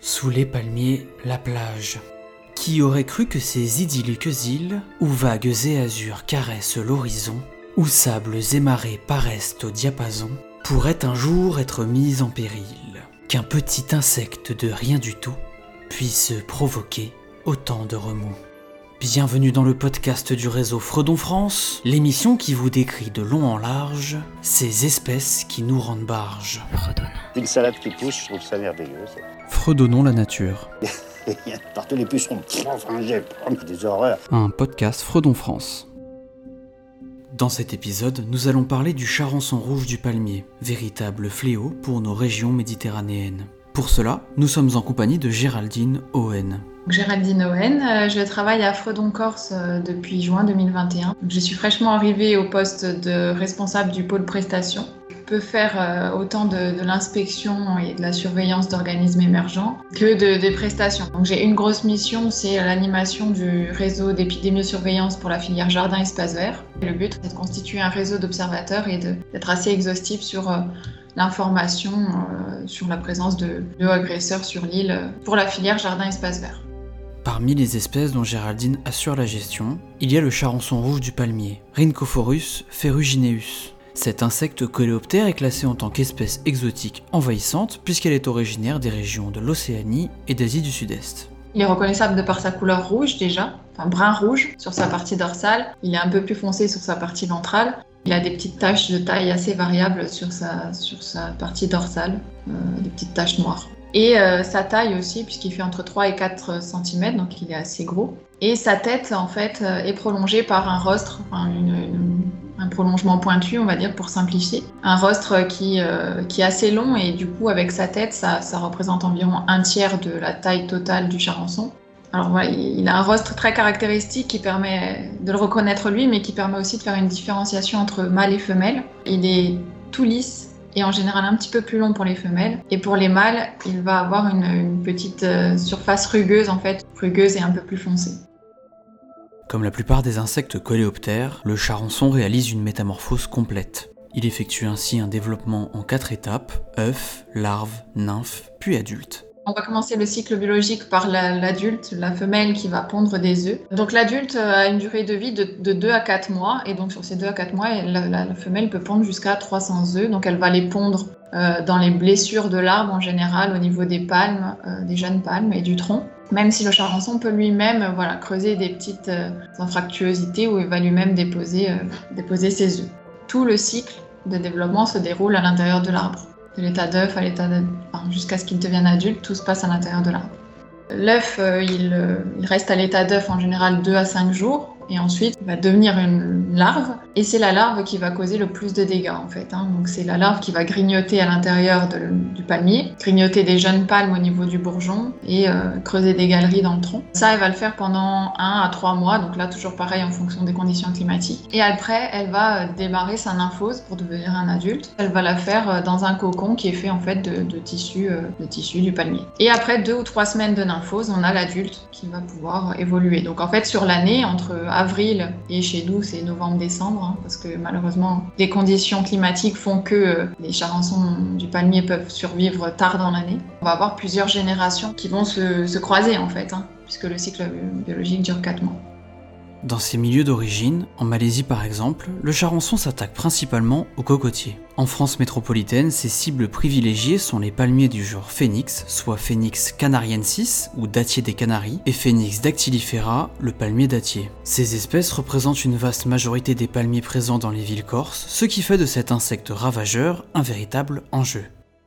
Sous les palmiers, la plage. Qui aurait cru que ces idylliques îles, où vagues et azurs caressent l'horizon, où sables et marées paraissent au diapason, pourraient un jour être mises en péril, qu'un petit insecte de rien du tout puisse provoquer autant de remous. Bienvenue dans le podcast du réseau Fredon France, l'émission qui vous décrit de long en large ces espèces qui nous rendent barges. Fredonnons. Une salade qui pousse, je trouve ça merveilleux. Fredonnons la nature. Partout les pucerons, enfin j'ai des horreurs. Un podcast Fredon France. Dans cet épisode, nous allons parler du charançon rouge du palmier, véritable fléau pour nos régions méditerranéennes. Pour cela, nous sommes en compagnie de Géraldine Owen. Géraldine Owen, je travaille à Fredon Corse depuis juin 2021. Je suis fraîchement arrivée au poste de responsable du pôle prestation. Je peux faire autant de l'inspection et de la surveillance d'organismes émergents que des prestations. Donc j'ai une grosse mission, c'est l'animation du réseau d'épidémiosurveillance pour la filière jardin espace vert. Le but est de constituer un réseau d'observateurs et d'être assez exhaustif sur l'information sur la présence de agresseurs sur l'île pour la filière jardin espace vert. Parmi les espèces dont Géraldine assure la gestion, il y a le charançon rouge du palmier, Rhynchophorus ferrugineus. Cet insecte coléoptère est classé en tant qu'espèce exotique envahissante puisqu'elle est originaire des régions de l'Océanie et d'Asie du Sud-Est. Il est reconnaissable de par sa couleur rouge déjà, enfin brun-rouge sur sa partie dorsale. Il est un peu plus foncé sur sa partie ventrale. Il a des petites taches de taille assez variables sur sa partie dorsale, des petites taches noires. Et sa taille aussi, puisqu'il fait entre 3 et 4 cm, donc il est assez gros. Et sa tête, en fait, est prolongée par un rostre, enfin, un prolongement pointu, on va dire, pour simplifier. Un rostre qui est assez long et du coup, avec sa tête, ça représente environ un tiers de la taille totale du charançon. Alors voilà, il a un rostre très caractéristique qui permet de le reconnaître lui, mais qui permet aussi de faire une différenciation entre mâle et femelle. Il est tout lisse et en général un petit peu plus long pour les femelles. Et pour les mâles, il va avoir une petite surface rugueuse, en fait, rugueuse et un peu plus foncée. Comme la plupart des insectes coléoptères, le charançon réalise une métamorphose complète. Il effectue ainsi un développement en 4 étapes, œuf, larve, nymphe, puis adulte. On va commencer le cycle biologique par l'adulte, la femelle qui va pondre des œufs. Donc l'adulte a une durée de vie de 2 à 4 mois et donc sur ces 2 à 4 mois, la femelle peut pondre jusqu'à 300 œufs. Donc elle va les pondre dans les blessures de l'arbre en général au niveau des palmes, des jeunes palmes et du tronc. Même si le charançon peut lui-même creuser des petites infractuosités où il va lui-même déposer ses œufs. Tout le cycle de développement se déroule à l'intérieur de l'arbre. De l'état d'œuf à jusqu'à ce qu'il devienne adulte, tout se passe à l'intérieur de l'arbre. L'œuf, il reste à l'état d'œuf en général 2 à 5 jours, et ensuite il va devenir une larve, et c'est la larve qui va causer le plus de dégâts en fait. Donc c'est la larve qui va grignoter à l'intérieur du palmier, grignoter des jeunes palmes au niveau du bourgeon, et creuser des galeries dans le tronc. Ça, elle va le faire pendant 1 à 3 mois, donc là toujours pareil en fonction des conditions climatiques. Et après, elle va démarrer sa nymphose pour devenir un adulte. Elle va la faire dans un cocon qui est fait en fait de tissu du palmier. Et après 2 ou 3 semaines de nymphose, on a l'adulte qui va pouvoir évoluer. Donc en fait sur l'année, entre avril et chez nous c'est novembre-décembre, parce que malheureusement les conditions climatiques font que les charançons du palmier peuvent survivre tard dans l'année. On va avoir plusieurs générations qui vont se croiser en fait, puisque le cycle biologique dure 4 mois. Dans ses milieux d'origine, en Malaisie par exemple, le charançon s'attaque principalement aux cocotiers. En France métropolitaine, ses cibles privilégiées sont les palmiers du genre Phoenix, soit Phoenix canariensis ou dattier des Canaries, et Phoenix dactylifera, le palmier dattier. Ces espèces représentent une vaste majorité des palmiers présents dans les villes corses, ce qui fait de cet insecte ravageur un véritable enjeu.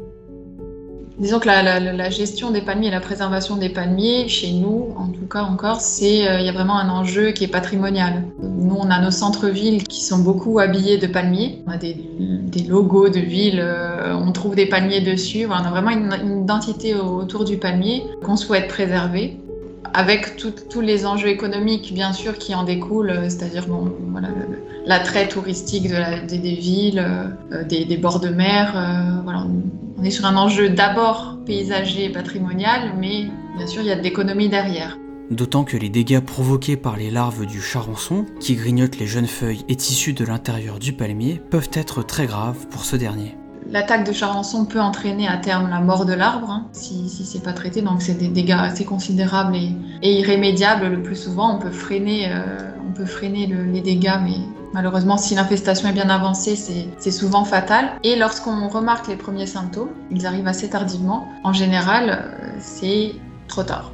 Disons que la gestion des palmiers et la préservation des palmiers, chez nous, en tout cas en Corse, il y a vraiment un enjeu qui est patrimonial. Nous, on a nos centres-villes qui sont beaucoup habillés de palmiers. On a des logos de villes, on trouve des palmiers dessus. Voilà, on a vraiment une identité autour du palmier qu'on souhaite préserver, avec tous les enjeux économiques, bien sûr, qui en découlent, c'est-à-dire l'attrait touristique des villes, des bords de mer. On est sur un enjeu d'abord paysager et patrimonial, mais bien sûr, il y a de l'économie derrière. D'autant que les dégâts provoqués par les larves du charançon, qui grignotent les jeunes feuilles et tissus de l'intérieur du palmier, peuvent être très graves pour ce dernier. l'attaque de charançon peut entraîner à terme la mort de l'arbre, hein, si c'est pas traité. Donc c'est des dégâts assez considérables et irrémédiables le plus souvent. On peut freiner les dégâts, mais malheureusement, si l'infestation est bien avancée, c'est souvent fatal. Et lorsqu'on remarque les premiers symptômes, ils arrivent assez tardivement. En général, c'est trop tard.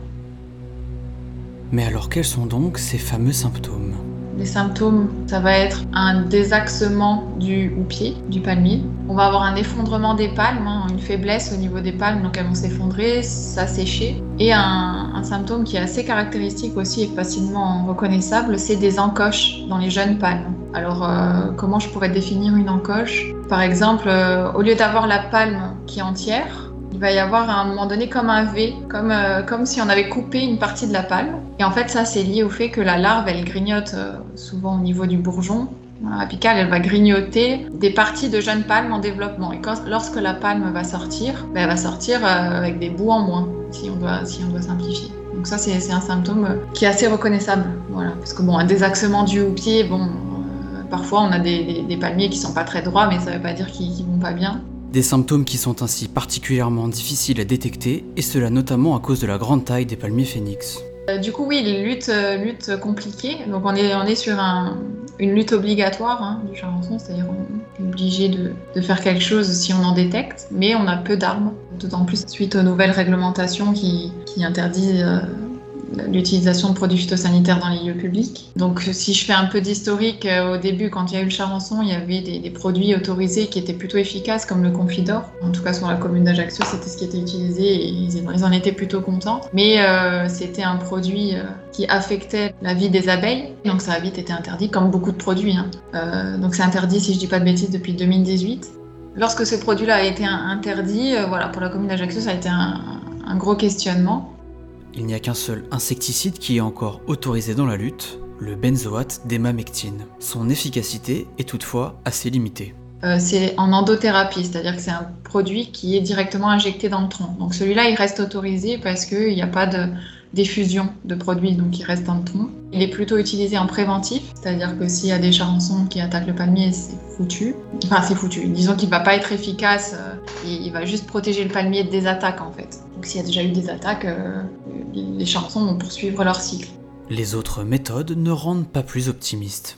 Mais alors quels sont donc ces fameux symptômes ? Les symptômes, ça va être un désaxement du houppier, du palmier. On va avoir un effondrement des palmes, hein, une faiblesse au niveau des palmes, donc elles vont s'effondrer, s'assécher. Et un symptôme qui est assez caractéristique aussi et facilement reconnaissable, c'est des encoches dans les jeunes palmes. Alors, comment je pourrais définir une encoche ? Par exemple, au lieu d'avoir la palme qui est entière, il va y avoir à un moment donné comme un V, comme si on avait coupé une partie de la palme. Et en fait, ça, c'est lié au fait que la larve, elle grignote souvent au niveau du bourgeon apical, elle va grignoter des parties de jeunes palmes en développement. Et lorsque la palme va sortir, elle va sortir avec des bouts en moins, si on doit simplifier. Donc ça, c'est un symptôme qui est assez reconnaissable. Voilà. Parce que un désaxement du houppier, parfois on a des palmiers qui sont pas très droits, mais ça veut pas dire qu'ils vont pas bien. Des symptômes qui sont ainsi particulièrement difficiles à détecter, et cela notamment à cause de la grande taille des palmiers phénix. Du coup, oui, lutte compliquée. Donc on est sur une lutte obligatoire du charançon, c'est-à-dire on est obligé de faire quelque chose si on en détecte, mais on a peu d'armes, d'autant plus suite aux nouvelles réglementations qui interdisent l'utilisation de produits phytosanitaires dans les lieux publics. Donc si je fais un peu d'historique, au début, quand il y a eu le charançon, il y avait des produits autorisés qui étaient plutôt efficaces, comme le Confidor. En tout cas, sur la commune d'Ajaccio, c'était ce qui était utilisé et ils en étaient plutôt contents. Mais c'était un produit qui affectait la vie des abeilles, donc ça a vite été interdit, comme beaucoup de produits. Donc c'est interdit, si je dis pas de bêtises, depuis 2018. Lorsque ce produit-là a été interdit, pour la commune d'Ajaccio, ça a été un gros questionnement. Il n'y a qu'un seul insecticide qui est encore autorisé dans la lutte, le benzoate d'émamectine. Son efficacité est toutefois assez limitée. C'est en endothérapie, c'est-à-dire que c'est un produit qui est directement injecté dans le tronc. Donc celui-là, il reste autorisé parce qu'il n'y a pas de diffusion de produits, donc il reste dans le tronc. Il est plutôt utilisé en préventif, c'est-à-dire que s'il y a des charançons qui attaquent le palmier, c'est foutu. Enfin, c'est foutu. Disons qu'il ne va pas être efficace, il va juste protéger le palmier des attaques, en fait. Donc s'il y a déjà eu des attaques, les charançons vont poursuivre leur cycle. Les autres méthodes ne rendent pas plus optimistes.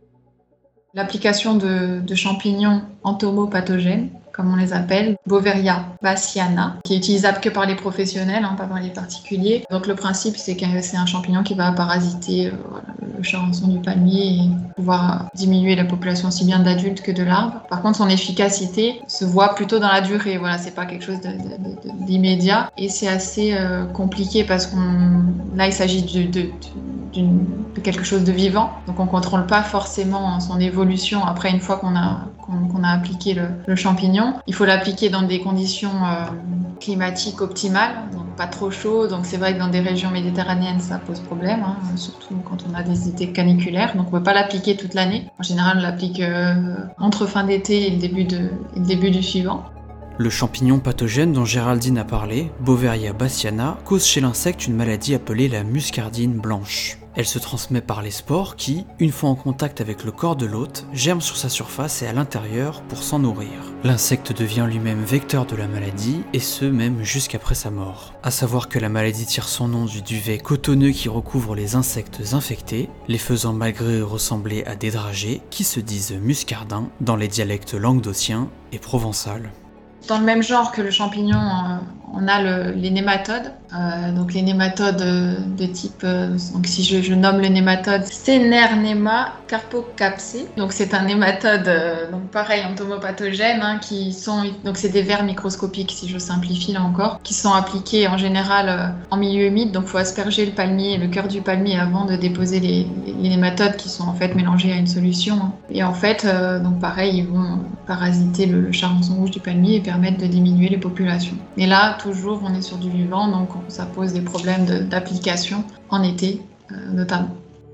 L'application de champignons entomopathogènes, comme on les appelle, Beauveria bassiana, qui est utilisable que par les professionnels, pas par les particuliers. Donc le principe, c'est que c'est un champignon qui va parasiter le charançon du palmier et pouvoir diminuer la population aussi bien d'adultes que de l'arbre. Par contre, son efficacité se voit plutôt dans la durée. Voilà, c'est pas quelque chose d'immédiat et c'est assez compliqué parce là, il s'agit de quelque chose de vivant. Donc on contrôle pas forcément son évolution après une fois qu'on a appliqué le champignon. Il faut l'appliquer dans des conditions climatiques optimales, donc pas trop chaud. Donc c'est vrai que dans des régions méditerranéennes, ça pose problème, surtout quand on a des étés caniculaires. Donc on peut pas l'appliquer toute l'année. En général, on l'applique entre fin d'été et le début du suivant. Le champignon pathogène dont Géraldine a parlé, Beauveria bassiana, cause chez l'insecte une maladie appelée la muscardine blanche. Elle se transmet par les spores qui, une fois en contact avec le corps de l'hôte, germent sur sa surface et à l'intérieur pour s'en nourrir. L'insecte devient lui-même vecteur de la maladie, et ce même jusqu'après sa mort. À savoir que la maladie tire son nom du duvet cotonneux qui recouvre les insectes infectés, les faisant malgré eux ressembler à des dragées qui se disent muscardins dans les dialectes languedociens et provençal. Dans le même genre que le champignon, on a les nématodes. Donc les nématodes de type, donc si je nomme le nématode Cnernema carpocapsae. Donc c'est un nématode, donc pareil, entomopathogène, donc c'est des vers microscopiques si je simplifie là encore, qui sont appliqués en général en milieu humide. Donc il faut asperger le palmier, le cœur du palmier avant de déposer les nématodes qui sont en fait mélangés à une solution. Et en fait, donc pareil, ils vont parasiter le charançon rouge du palmier et permettre de diminuer les populations. Et là, toujours, on est sur du vivant, donc ça pose des problèmes d'application en été, notamment.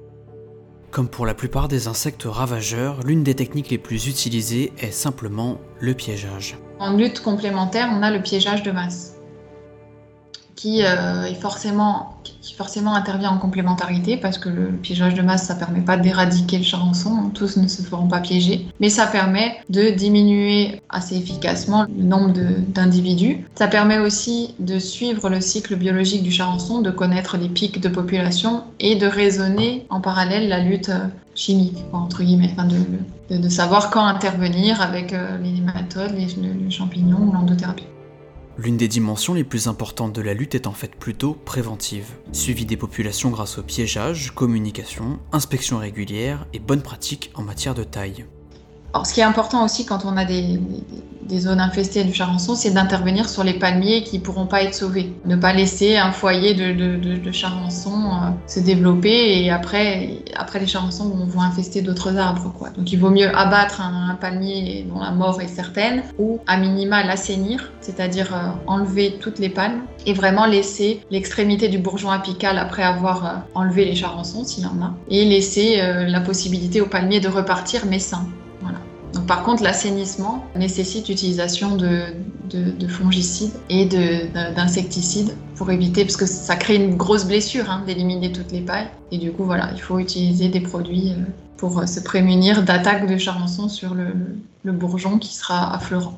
Comme pour la plupart des insectes ravageurs, l'une des techniques les plus utilisées est simplement le piégeage. En lutte complémentaire, on a le piégeage de masse. qui forcément intervient en complémentarité, parce que le piégeage de masse, ça permet pas d'éradiquer le charançon, tous ne se feront pas piéger, mais ça permet de diminuer assez efficacement le nombre d'individus. Ça permet aussi de suivre le cycle biologique du charançon, de connaître les pics de population et de raisonner en parallèle la lutte chimique, entre guillemets, de savoir quand intervenir avec les nématodes, les champignons ou l'endothérapie. L'une des dimensions les plus importantes de la lutte est en fait plutôt préventive. Suivi des populations grâce au piégeage, communication, inspection régulière et bonnes pratiques en matière de taille. Alors, ce qui est important aussi quand on a des zones infestées du charançon, c'est d'intervenir sur les palmiers qui ne pourront pas être sauvés. Ne pas laisser un foyer de charançon se développer et après les charançons vont infester d'autres arbres, quoi. Donc il vaut mieux abattre un palmier dont la mort est certaine ou à minima l'assainir, c'est-à-dire enlever toutes les palmes et vraiment laisser l'extrémité du bourgeon apical après avoir enlevé les charançons s'il y en a et laisser la possibilité au palmier de repartir mais sain. Voilà. Donc, par contre, l'assainissement nécessite l'utilisation de fongicides et d'insecticides pour éviter, parce que ça crée une grosse blessure d'éliminer toutes les pailles. Et du coup, voilà, il faut utiliser des produits pour se prémunir d'attaques de charançon sur le bourgeon qui sera affleurant.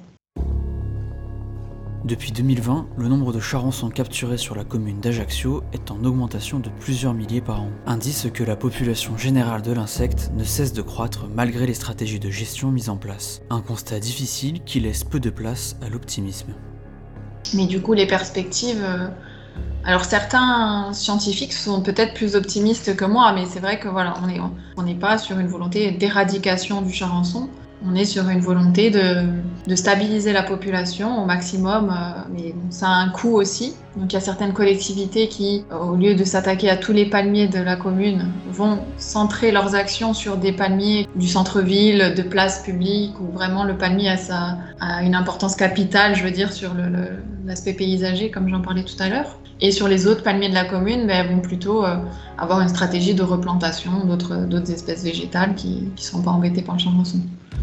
Depuis 2020, le nombre de charançons capturés sur la commune d'Ajaccio est en augmentation de plusieurs milliers par an, indice que la population générale de l'insecte ne cesse de croître malgré les stratégies de gestion mises en place. Un constat difficile qui laisse peu de place à l'optimisme. Mais du coup, les perspectives... Alors certains scientifiques sont peut-être plus optimistes que moi, mais c'est vrai que voilà, on n'est pas sur une volonté d'éradication du charançon. On est sur une volonté de stabiliser la population au maximum, mais ça a un coût aussi. Donc il y a certaines collectivités qui, au lieu de s'attaquer à tous les palmiers de la commune, vont centrer leurs actions sur des palmiers du centre-ville, de places publiques, où vraiment le palmier a une importance capitale, je veux dire, sur l'aspect paysager, comme j'en parlais tout à l'heure. Et sur les autres palmiers de la commune, elles vont plutôt avoir une stratégie de replantation d'autres espèces végétales qui ne seront pas embêtées par le charançon.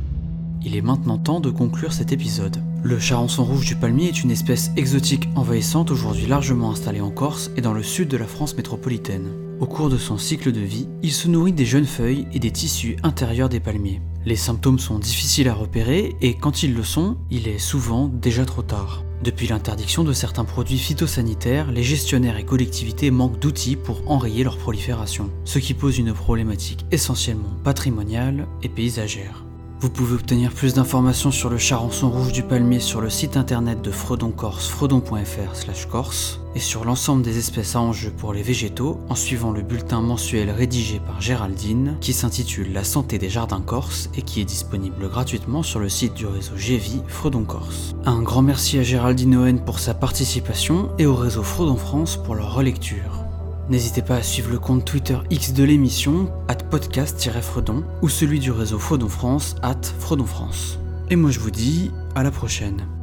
Il est maintenant temps de conclure cet épisode. Le charançon rouge du palmier est une espèce exotique envahissante aujourd'hui largement installée en Corse et dans le sud de la France métropolitaine. Au cours de son cycle de vie, il se nourrit des jeunes feuilles et des tissus intérieurs des palmiers. Les symptômes sont difficiles à repérer et quand ils le sont, il est souvent déjà trop tard. Depuis l'interdiction de certains produits phytosanitaires, les gestionnaires et collectivités manquent d'outils pour enrayer leur prolifération, ce qui pose une problématique essentiellement patrimoniale et paysagère. Vous pouvez obtenir plus d'informations sur le charançon rouge du palmier sur le site internet de Fredon Corse, fredon.fr/corse, et sur l'ensemble des espèces à enjeu pour les végétaux en suivant le bulletin mensuel rédigé par Géraldine qui s'intitule La santé des jardins corses et qui est disponible gratuitement sur le site du réseau GEVI Fredon Corse. Un grand merci à Géraldine Owen pour sa participation et au réseau Fredon France pour leur relecture. N'hésitez pas à suivre le compte Twitter X de l'émission, @podcast-fredon, ou celui du réseau Fredon France, @FredonFrance. Et moi je vous dis à la prochaine.